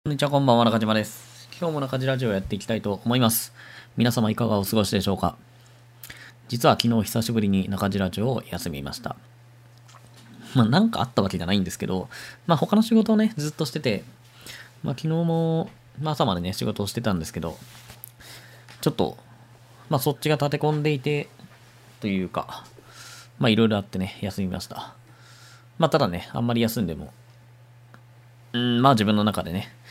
こんにちは、こんばんは、中島です。今日も中島ラジオをやっていきたいと思います。皆様いかがお過ごしでしょうか。実は昨日久しぶりに中島ラジオを休みました。なんかあったわけじゃないんですけど、他の仕事をね、ずっとしてて、昨日も、朝までね、仕事をしてたんですけど、ちょっと、そっちが立て込んでいて、というか、いろいろあってね、休みました。ただね、あんまり休んでも、自分の中でね、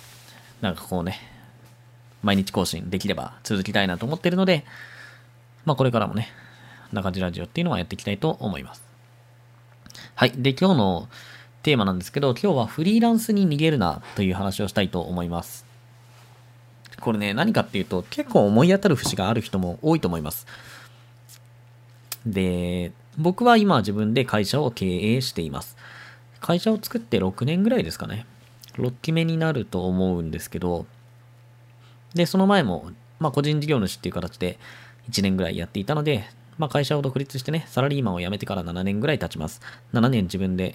毎日更新できれば続きたいなと思っているので、これからもね、中地ラジオっていうのはやっていきたいと思います。はい。で、今日のテーマなんですけど、今日はフリーランスに逃げるなという話をしたいと思います。これね、何かっていうと、結構思い当たる節がある人も多いと思います。で、僕は今自分で会社を経営しています。会社を作って6年ぐらいですかね。6期目になると思うんですけど、で、その前も、個人事業主っていう形で1年ぐらいやっていたので、会社を独立してね、サラリーマンを辞めてから7年ぐらい経ちます。7年自分で、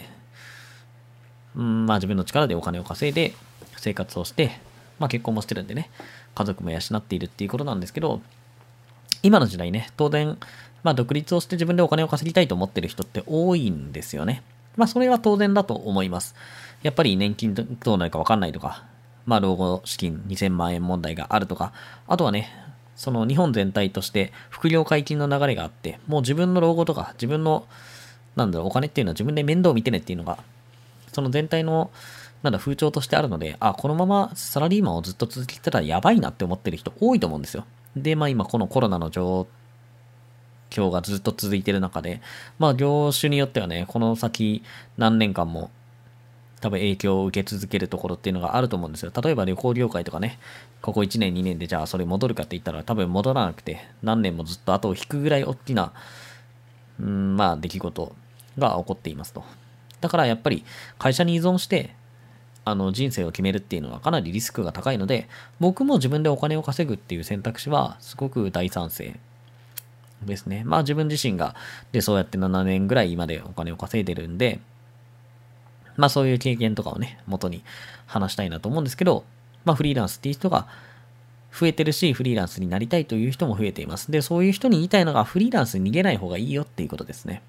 自分の力でお金を稼いで生活をして、結婚もしてるんでね、家族も養っているっていうことなんですけど、今の時代ね、当然、独立をして自分でお金を稼ぎたいと思ってる人って多いんですよね。それは当然だと思います。やっぱり年金どうなるか分かんないとか、老後資金2000万円問題があるとか、あとはね、その日本全体として副業解禁の流れがあって、もう自分の老後とか、自分の、お金っていうのは自分で面倒を見てねっていうのが、その全体の、風潮としてあるので、このままサラリーマンをずっと続けてたらやばいなって思ってる人多いと思うんですよ。で、今このコロナの状況がずっと続いている中で、業種によってはね、この先何年間も多分影響を受け続けるところっていうのがあると思うんですよ。例えば旅行業界とかね、ここ1年2年でじゃあそれ戻るかって言ったら多分戻らなくて、何年もずっと後を引くぐらい大きな、出来事が起こっていますと。だからやっぱり会社に依存して、人生を決めるっていうのはかなりリスクが高いので、僕も自分でお金を稼ぐっていう選択肢はすごく大賛成ですね。自分自身が、で、そうやって7年ぐらい今でお金を稼いでるんで、そういう経験とかをね、元に話したいなと思うんですけど、フリーランスっていう人が増えてるし、フリーランスになりたいという人も増えています。で、そういう人に言いたいのが、フリーランスに逃げない方がいいよっていうことですね。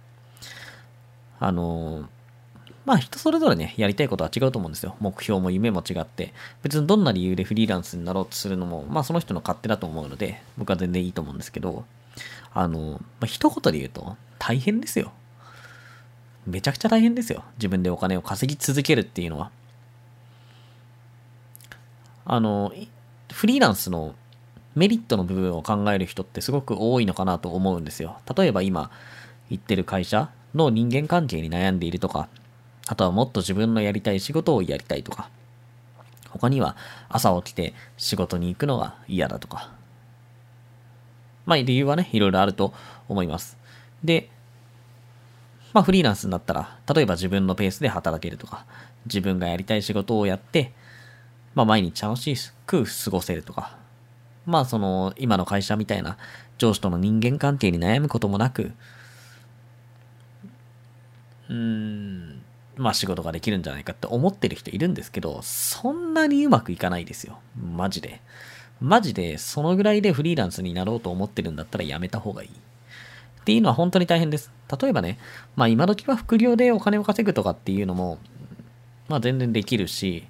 人それぞれね、やりたいことは違うと思うんですよ。目標も夢も違って、別にどんな理由でフリーランスになろうとするのも、その人の勝手だと思うので、僕は全然いいと思うんですけど、一言で言うと、大変ですよ。めちゃくちゃ大変ですよ。自分でお金を稼ぎ続けるっていうのは。フリーランスのメリットの部分を考える人ってすごく多いのかなと思うんですよ。例えば今言ってる会社の人間関係に悩んでいるとか、あとはもっと自分のやりたい仕事をやりたいとか、他には朝起きて仕事に行くのが嫌だとか。理由はね、いろいろあると思います。で、フリーランスになったら、例えば自分のペースで働けるとか、自分がやりたい仕事をやって、毎日楽しく過ごせるとか、今の会社みたいな上司との人間関係に悩むこともなく、仕事ができるんじゃないかって思ってる人いるんですけど、そんなにうまくいかないですよ。マジで。マジで、そのぐらいでフリーランスになろうと思ってるんだったらやめた方がいい。っていうのは本当に大変です。例えばね、今時は副業でお金を稼ぐとかっていうのも、全然できるし、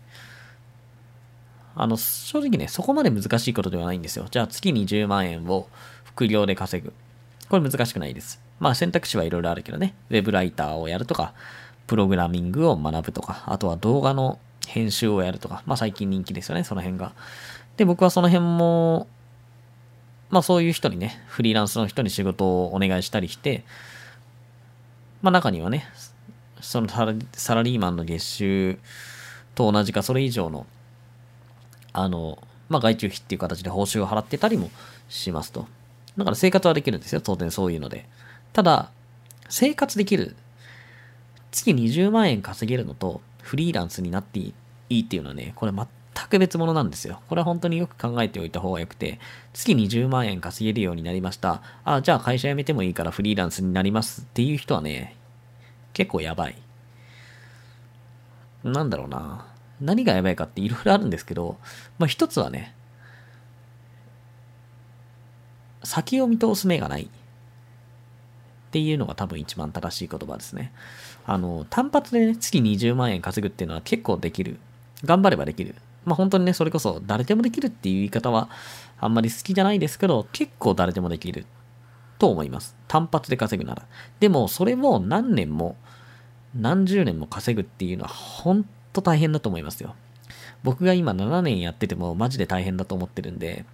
正直ね、そこまで難しいことではないんですよ。じゃあ月に10万円を副業で稼ぐ。これ難しくないです。選択肢はいろいろあるけどね、ウェブライターをやるとか、プログラミングを学ぶとか、あとは動画の編集をやるとか、最近人気ですよね、その辺が。で、僕はその辺も、そういう人にね、フリーランスの人に仕事をお願いしたりして、中にはね、そのサラリーマンの月収と同じかそれ以上の、外注費っていう形で報酬を払ってたりもしますと。だから生活はできるんですよ、当然そういうので。ただ、生活できる、月20万円稼げるのと、フリーランスになっていいっていうのはね、これ全く別物なんですよ。これは本当によく考えておいた方がよくて、月20万円稼げるようになりました。じゃあ会社辞めてもいいからフリーランスになりますっていう人はね、結構やばい。 何がやばいかっていろいろあるんですけど、まあ一つはね、先を見通す目がないっていうのが多分一番正しい言葉ですね。単発でね、月20万円稼ぐっていうのは結構できる。頑張ればできる。まあ本当にね、それこそ誰でもできるっていう言い方はあんまり好きじゃないですけど、結構誰でもできると思います。単発で稼ぐなら。でもそれも何年も何十年も稼ぐっていうのは本当大変だと思いますよ。僕が今7年やっててもマジで大変だと思ってるんで、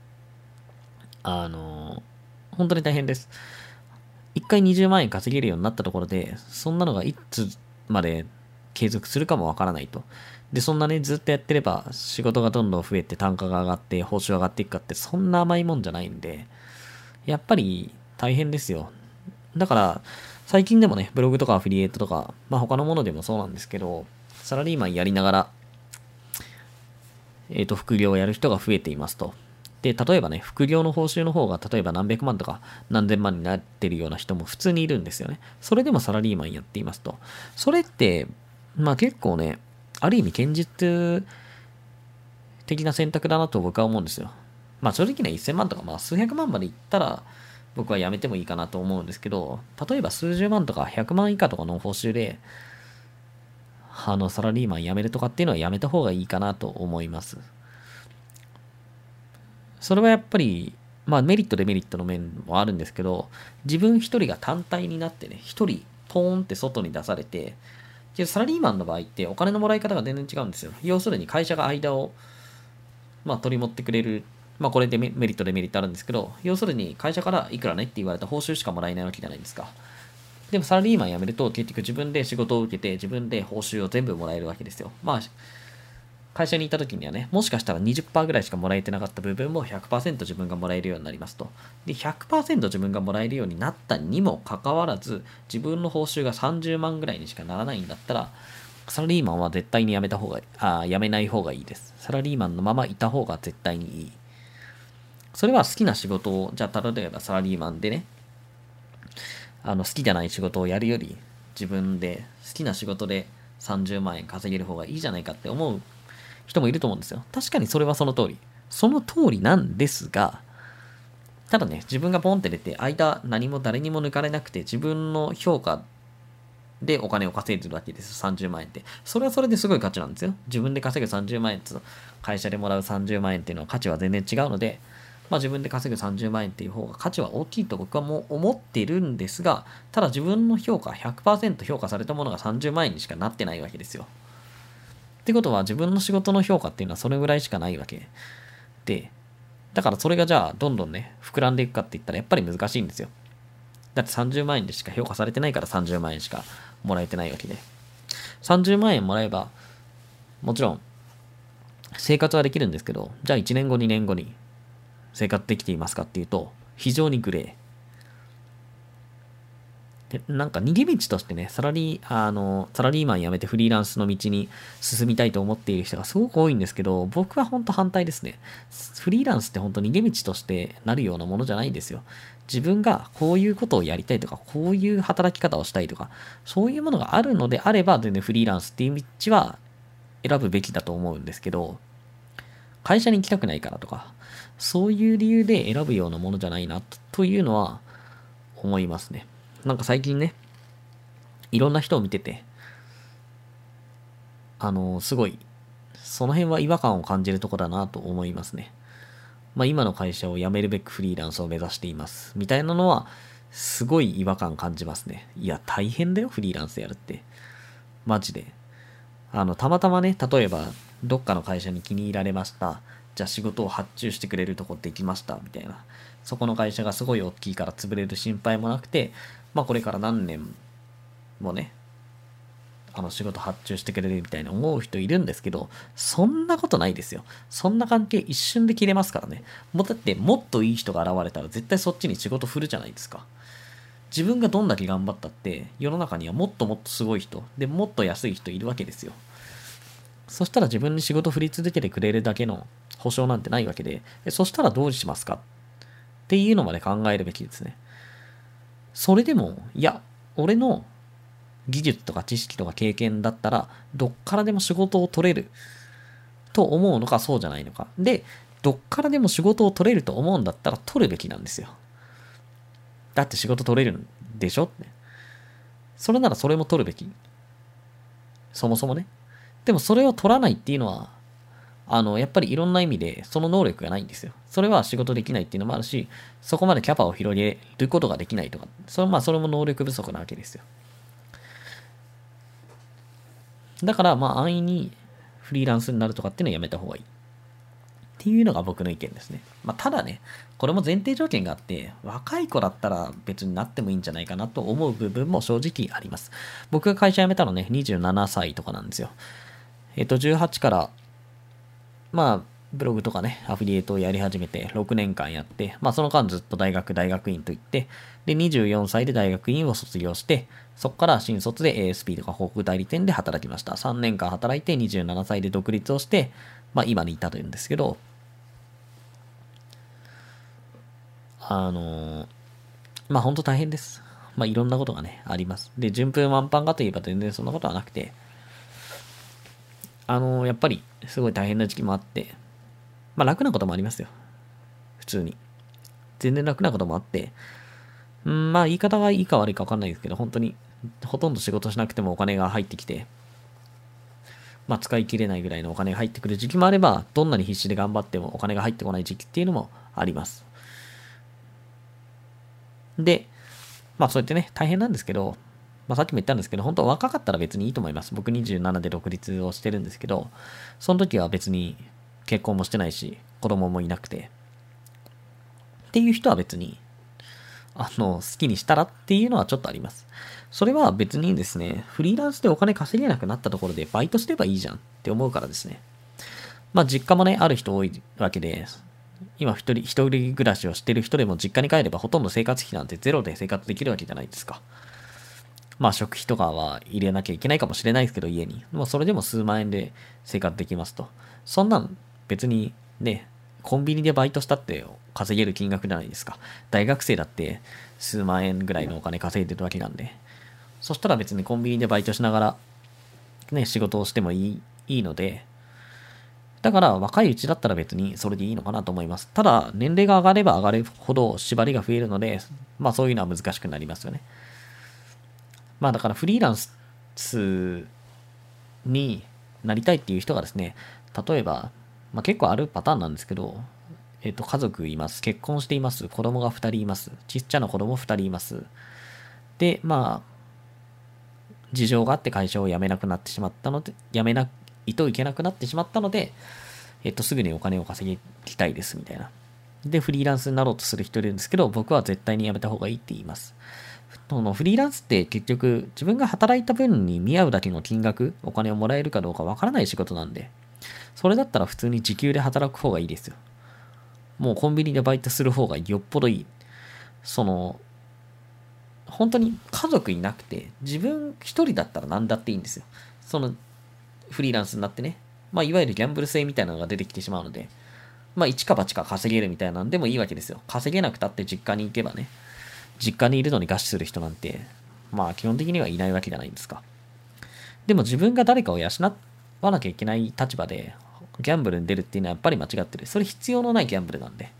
本当に大変です。一回20万円稼げるようになったところで、そんなのがいつまで継続するかもわからないと。で、そんなね、ずっとやってれば仕事がどんどん増えて単価が上がって報酬が上がっていくかってそんな甘いもんじゃないんで、やっぱり大変ですよ。だから、最近でもね、ブログとかアフィリエイトとか、まあ他のものでもそうなんですけど、サラリーマンやりながら、副業をやる人が増えていますと。で、例えばね、副業の報酬の方が、例えば何百万とか何千万になってるような人も普通にいるんですよね。それでもサラリーマンやっていますと。それって、まあ結構ね、ある意味堅実的な選択だなと僕は思うんですよ。まあ正直ね、1000万とか、まあ数百万までいったら、僕はやめてもいいかなと思うんですけど、例えば数十万とか100万以下とかの報酬で、サラリーマン辞めるとかっていうのはやめた方がいいかなと思います。それはやっぱり、まあメリットデメリットの面もあるんですけど、自分一人が単体になってね、一人ポーンって外に出されて、サラリーマンの場合ってお金のもらい方が全然違うんですよ。要するに会社が間を、まあ取り持ってくれる。まあこれでメリットデメリットあるんですけど、要するに会社からいくらねって言われた報酬しかもらえないわけじゃないですか。でもサラリーマン辞めると結局自分で仕事を受けて自分で報酬を全部もらえるわけですよ。まあ会社にいた時にはね、もしかしたら20%ぐらいしかもらえてなかった部分も100%自分がもらえるようになりますと。で、100% 自分がもらえるようになったにもかかわらず、自分の報酬が30万ぐらいにしかならないんだったら、サラリーマンは絶対に辞めた方が、辞めない方がいいです。サラリーマンのままいた方が絶対にいい。それは好きな仕事を、じゃあ例えばサラリーマンでね、好きじゃない仕事をやるより、自分で好きな仕事で30万円稼げる方がいいじゃないかって思う人もいると思うんですよ。確かにそれはその通り。その通りなんですが、ただね、自分がポンって出て、間何も誰にも抜かれなくて、自分の評価でお金を稼いでるわけです。30万円って。それはそれですごい価値なんですよ。自分で稼ぐ30万円と会社でもらう30万円っていうのは価値は全然違うので、まあ自分で稼ぐ30万円っていう方が価値は大きいと僕はもう思っているんですが、ただ自分の評価、100% 評価されたものが30万円にしかなってないわけですよ。ってことは自分の仕事の評価っていうのはそれぐらいしかないわけで、だからそれがじゃあどんどんね、膨らんでいくかって言ったらやっぱり難しいんですよ。だって30万円でしか評価されてないから30万円しかもらえてないわけで。30万円もらえば、もちろん生活はできるんですけど、じゃあ1年後2年後に生活できていますかっていうと、非常にグレー。で、なんか逃げ道としてね、サラリーマン辞めてフリーランスの道に進みたいと思っている人がすごく多いんですけど、僕は本当反対ですね。フリーランスって本当逃げ道としてなるようなものじゃないんですよ。自分がこういうことをやりたいとか、こういう働き方をしたいとか、そういうものがあるのであれば、全然フリーランスっていう道は選ぶべきだと思うんですけど、会社に行きたくないからとか、そういう理由で選ぶようなものじゃないな、というのは思いますね。なんか最近ね、いろんな人を見てて、すごい、その辺は違和感を感じるところだなと思いますね。まあ今の会社を辞めるべくフリーランスを目指しています。みたいなのは、すごい違和感感じますね。いや、大変だよ、フリーランスやるって。マジで。たまたまね、例えば、どっかの会社に気に入られました。じゃあ仕事を発注してくれるとこできました。みたいな。そこの会社がすごい大きいから潰れる心配もなくて、まあこれから何年もね、仕事発注してくれるみたいな思う人いるんですけど、そんなことないですよ。そんな関係一瞬で切れますからね。だってもっといい人が現れたら絶対そっちに仕事振るじゃないですか。自分がどんだけ頑張ったって世の中にはもっともっとすごい人でもっと安い人いるわけですよ。そしたら自分に仕事振り続けてくれるだけの保証なんてないわけで、そしたらどうしますかっていうのまで考えるべきですね。それでも、いや、俺の技術とか知識とか経験だったら、どっからでも仕事を取れると思うのかそうじゃないのか。で、どっからでも仕事を取れると思うんだったら取るべきなんですよ。だって仕事取れるんでしょって。それならそれも取るべき。そもそもね。でもそれを取らないっていうのは、やっぱりいろんな意味でその能力がないんですよ。それは仕事できないっていうのもあるし、そこまでキャパを広げることができないとか、それも能力不足なわけですよ。だから、安易にフリーランスになるとかっていうのはやめた方がいい。っていうのが僕の意見ですね。ただね、これも前提条件があって、若い子だったら別になってもいいんじゃないかなと思う部分も正直あります。僕が会社辞めたのね、27歳とかなんですよ。18から、ブログとかね、アフィリエイトをやり始めて6年間やって、その間ずっと大学院と行って、で、24歳で大学院を卒業して、そこから新卒で ASP とか広告代理店で働きました。3年間働いて27歳で独立をして、今に至るんですけど、本当大変です。いろんなことがね、あります。で、順風満帆かといえば全然そんなことはなくて、やっぱりすごい大変な時期もあって、楽なこともありますよ。普通に。全然楽なこともあって、言い方がいいか悪いか分かんないですけど、本当に、ほとんど仕事しなくてもお金が入ってきて、使い切れないぐらいのお金が入ってくる時期もあれば、どんなに必死で頑張ってもお金が入ってこない時期っていうのもあります。で、そうやってね、大変なんですけど、さっきも言ったんですけど、本当若かったら別にいいと思います。僕27で独立をしてるんですけど、その時は別に結婚もしてないし、子供もいなくて、っていう人は別に、好きにしたらっていうのはちょっとあります。それは別にですね、フリーランスでお金稼げなくなったところでバイトすればいいじゃんって思うからですね。実家もね、ある人多いわけで、今一人暮らしをしてる人でも実家に帰ればほとんど生活費なんてゼロで生活できるわけじゃないですか。食費とかは入れなきゃいけないかもしれないですけど、家に。それでも数万円で生活できますと。そんなん別にね、コンビニでバイトしたって稼げる金額じゃないですか。大学生だって数万円ぐらいのお金稼いでるわけなんで。そしたら別にコンビニでバイトしながら、ね、仕事をしてもいいので、だから若いうちだったら別にそれでいいのかなと思います。ただ、年齢が上がれば上がるほど縛りが増えるので、そういうのは難しくなりますよね。だからフリーランスになりたいっていう人がですね、例えば、結構あるパターンなんですけど、家族います。結婚しています。子供が2人います。ちっちゃな子供2人います。で、事情があって会社を辞めなくなってしまったので、辞めないといけなくなってしまったので、すぐにお金を稼ぎたいです、みたいな。で、フリーランスになろうとする人いるんですけど、僕は絶対に辞めた方がいいって言います。フリーランスって結局、自分が働いた分に見合うだけの金額、お金をもらえるかどうかわからない仕事なんで、それだったら普通に時給で働く方がいいですよ。もうコンビニでバイトする方がよっぽどいい。本当に家族いなくて、自分一人だったら何だっていいんですよ。フリーランスになってね。いわゆるギャンブル性みたいなのが出てきてしまうので、一か八か稼げるみたいなんでもいいわけですよ。稼げなくたって実家に行けばね、実家にいるのに餓死する人なんて、基本的にはいないわけじゃないんですか。でも自分が誰かを養わなきゃいけない立場で、ギャンブルに出るっていうのはやっぱり間違ってる。それ必要のないギャンブルなんで。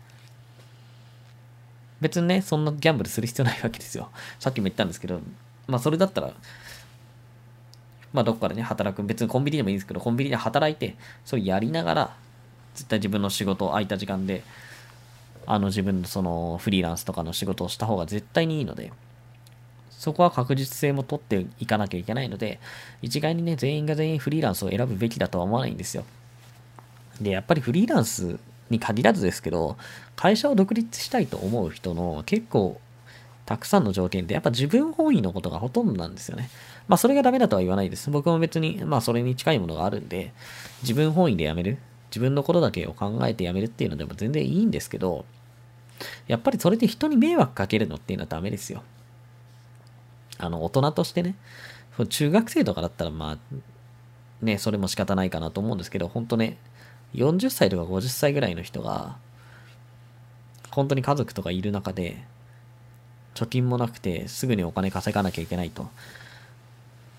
別にね、そんなギャンブルする必要ないわけですよ。さっきも言ったんですけど、それだったら、どっかでね、働く。別にコンビニでもいいんですけど、コンビニで働いて、それやりながら、絶対自分の仕事、空いた時間で、自分のそのフリーランスとかの仕事をした方が絶対にいいので、そこは確実性も取っていかなきゃいけないので、一概にね、全員が全員フリーランスを選ぶべきだとは思わないんですよ。で、やっぱりフリーランスに限らずですけど、会社を独立したいと思う人の結構たくさんの条件ってやっぱ自分本位のことがほとんどなんですよね。それがダメだとは言わないです。僕も別に、それに近いものがあるんで、自分本位で辞める。自分のことだけを考えて辞めるっていうのでも全然いいんですけど、やっぱりそれで人に迷惑かけるのっていうのはダメですよ。大人としてね、中学生とかだったらね、それも仕方ないかなと思うんですけど、本当ね、40歳とか50歳ぐらいの人が、本当に家族とかいる中で、貯金もなくてすぐにお金稼がなきゃいけないと。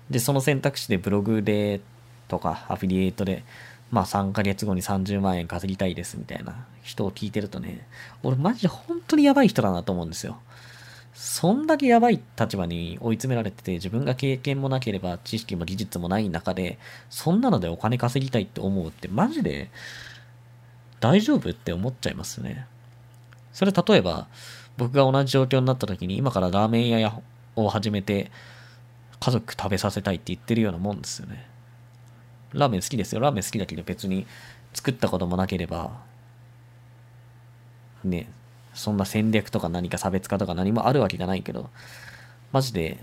で、その選択肢でブログでとかアフィリエイトで、まあ3ヶ月後に30万円稼ぎたいですみたいな人を聞いてるとね、俺マジで本当にやばい人だなと思うんですよ。そんだけやばい立場に追い詰められてて、自分が経験もなければ知識も技術もない中で、そんなのでお金稼ぎたいって思うってマジで大丈夫って思っちゃいますね。それ例えば、僕が同じ状況になった時に今からラーメン屋を始めて家族食べさせたいって言ってるようなもんですよね。ラーメン好きですよ。ラーメン好きだけど別に作ったこともなければ、ね、そんな戦略とか何か差別化とか何もあるわけがないけど、マジで、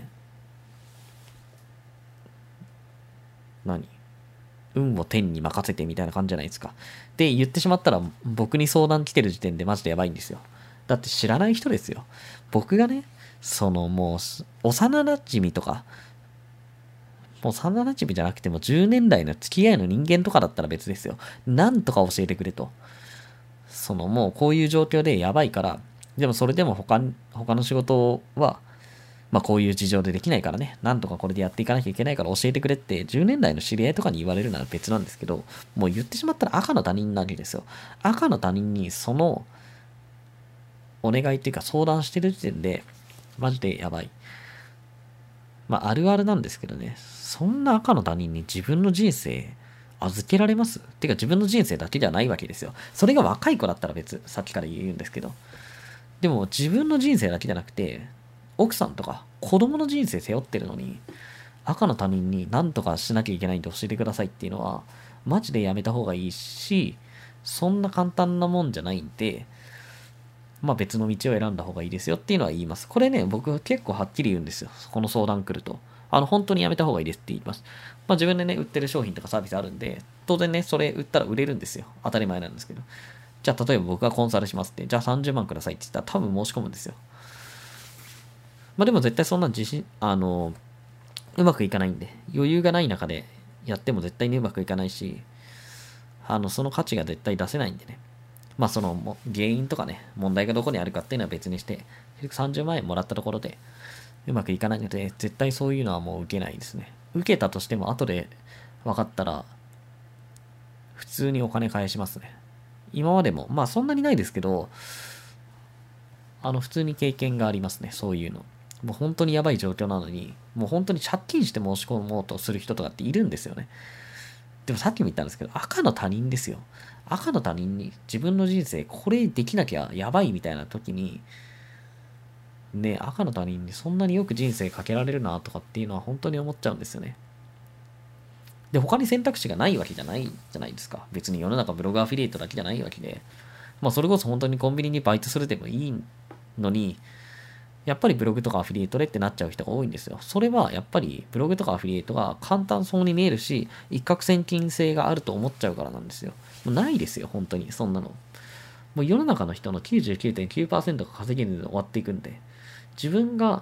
何運を天に任せてみたいな感じじゃないですか。で、言ってしまったら僕に相談来てる時点でマジでやばいんですよ。だって知らない人ですよ。僕がね、もう、幼馴染とか、もう幼馴染じゃなくても10年来の付き合いの人間とかだったら別ですよ。なんとか教えてくれと。もうこういう状況でやばいから、でもそれでも他の仕事は、まあこういう事情でできないからね、なんとかこれでやっていかなきゃいけないから教えてくれって10年来の知り合いとかに言われるなら別なんですけど、もう言ってしまったら赤の他人なわけですよ。赤の他人にそのお願いっていうか相談してる時点で、マジでやばい。まああるあるなんですけどね、そんな赤の他人に自分の人生預けられますてか自分の人生だけじゃないわけですよ。それが若い子だったら別、さっきから言うんですけど。でも自分の人生だけじゃなくて、奥さんとか子供の人生背負ってるのに、赤の他人に何とかしなきゃいけないんで教えてくださいっていうのは、マジでやめた方がいいし、そんな簡単なもんじゃないんで、まあ別の道を選んだ方がいいですよっていうのは言います。これね、僕結構はっきり言うんですよ。この相談来ると。本当にやめた方がいいですって言います。まあ自分でね、売ってる商品とかサービスあるんで、当然ね、それ売ったら売れるんですよ。当たり前なんですけど。じゃあ例えば僕がコンサルしますって、じゃあ30万くださいって言ったら多分申し込むんですよ。まあでも絶対そんな自信、うまくいかないんで、余裕がない中でやっても絶対にうまくいかないし、その価値が絶対出せないんでね。まあ原因とかね、問題がどこにあるかっていうのは別にして、30万円もらったところでうまくいかないので、絶対そういうのはもう受けないですね。受けたとしても後で分かったら、普通にお金返しますね。今までも、まあそんなにないですけど、普通に経験がありますね、そういうの。もう本当にやばい状況なのに、もう本当に借金して申し込もうとする人とかっているんですよね。でもさっきも言ったんですけど、赤の他人ですよ。赤の他人に自分の人生これできなきゃやばいみたいな時に、ね、赤の他人にそんなによく人生かけられるなとかっていうのは本当に思っちゃうんですよね。で、他に選択肢がないわけじゃないじゃないですか。別に世の中ブログアフィリエイトだけじゃないわけで。まあそれこそ本当にコンビニにバイトするでもいいのに、やっぱりブログとかアフィリエイトでってなっちゃう人が多いんですよ。それはやっぱりブログとかアフィリエイトが簡単そうに見えるし、一攫千金性があると思っちゃうからなんですよ。もうないですよ、本当に、そんなの。もう世の中の人の99.9% が稼げずに終わっていくんで、自分が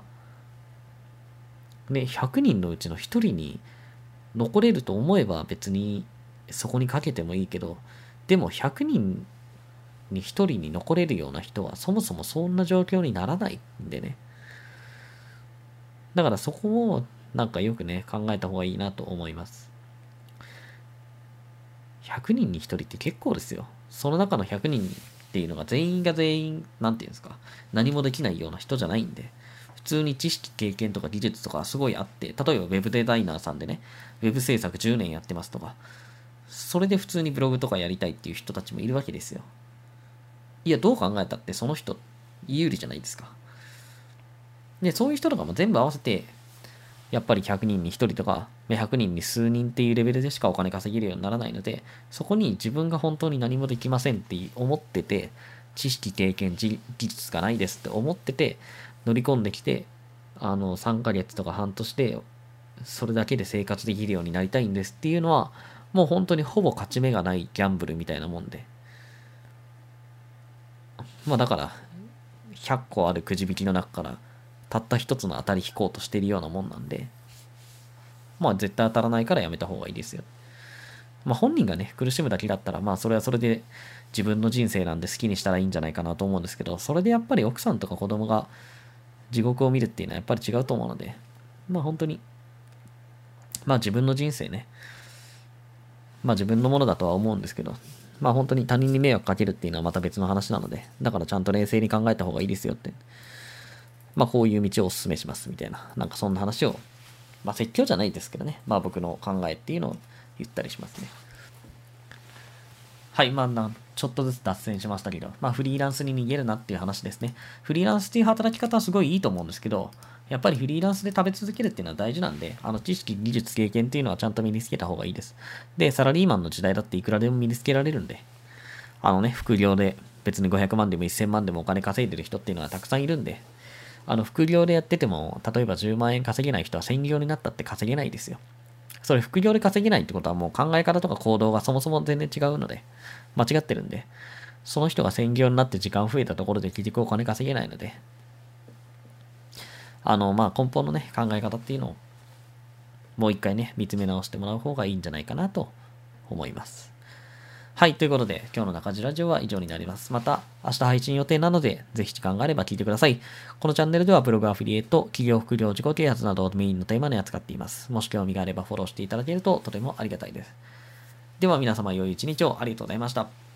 ね、100人のうちの1人に残れると思えば別にそこにかけてもいいけど、でも100人に1人に残れるような人はそもそもそんな状況にならないんでね。だからそこをなんかよくね、考えた方がいいなと思います。100人に1人って結構ですよ。その中の100人っていうのが全員が全員、なんていうんですか、何もできないような人じゃないんで、普通に知識、経験とか技術とかすごいあって、例えばウェブデザイナーさんでね、ウェブ制作10年やってますとか、それで普通にブログとかやりたいっていう人たちもいるわけですよ。いや、どう考えたってその人有利じゃないですか。で、そういう人とかも全部合わせて、やっぱり100人に1人とか、100人に数人っていうレベルでしかお金稼げるようにならないので、そこに自分が本当に何もできませんって思ってて、知識、経験、技術がないですって思ってて、乗り込んできて、3ヶ月とか半年で、それだけで生活できるようになりたいんですっていうのは、もう本当にほぼ勝ち目がないギャンブルみたいなもんで。まあだから、100個あるくじ引きの中から、たった一つの当たり引こうとしているようなもんなんで、まあ絶対当たらないからやめた方がいいですよ。まあ本人がね、苦しむだけだったら、まあそれはそれで自分の人生なんで好きにしたらいいんじゃないかなと思うんですけど、それでやっぱり奥さんとか子供が地獄を見るっていうのはやっぱり違うと思うので、まあ本当にまあ自分の人生ね、まあ自分のものだとは思うんですけど、まあ本当に他人に迷惑かけるっていうのはまた別の話なので、だからちゃんと冷静に考えた方がいいですよって、まあこういう道をお勧めしますみたいな、なんかそんな話を、まあ説教じゃないですけどね、まあ僕の考えっていうのを言ったりしますね。はい、まあちょっとずつ脱線しましたけど、まあフリーランスに逃げるなっていう話ですね。フリーランスっていう働き方はすごいいいと思うんですけど、やっぱりフリーランスで食べ続けるっていうのは大事なんで、知識、技術、経験っていうのはちゃんと身につけた方がいいです。で、サラリーマンの時代だっていくらでも身につけられるんで、副業で別に500万でも1000万でもお金稼いでる人っていうのはたくさんいるんで、副業でやってても、例えば10万円稼げない人は専業になったって稼げないですよ。それ副業で稼げないってことはもう考え方とか行動がそもそも全然違うので、間違ってるんで、その人が専業になって時間増えたところで結局お金稼げないので、まあ根本のね、考え方っていうのをもう一回ね、見つめ直してもらう方がいいんじゃないかなと思います。はい、ということで、今日の中地ラジオは以上になります。また、明日配信予定なので、ぜひ時間があれば聞いてください。このチャンネルではブログアフィリエイト、企業副業、自己啓発などをメインのテーマに扱っています。もし興味があればフォローしていただけるととてもありがたいです。では皆様良い一日をありがとうございました。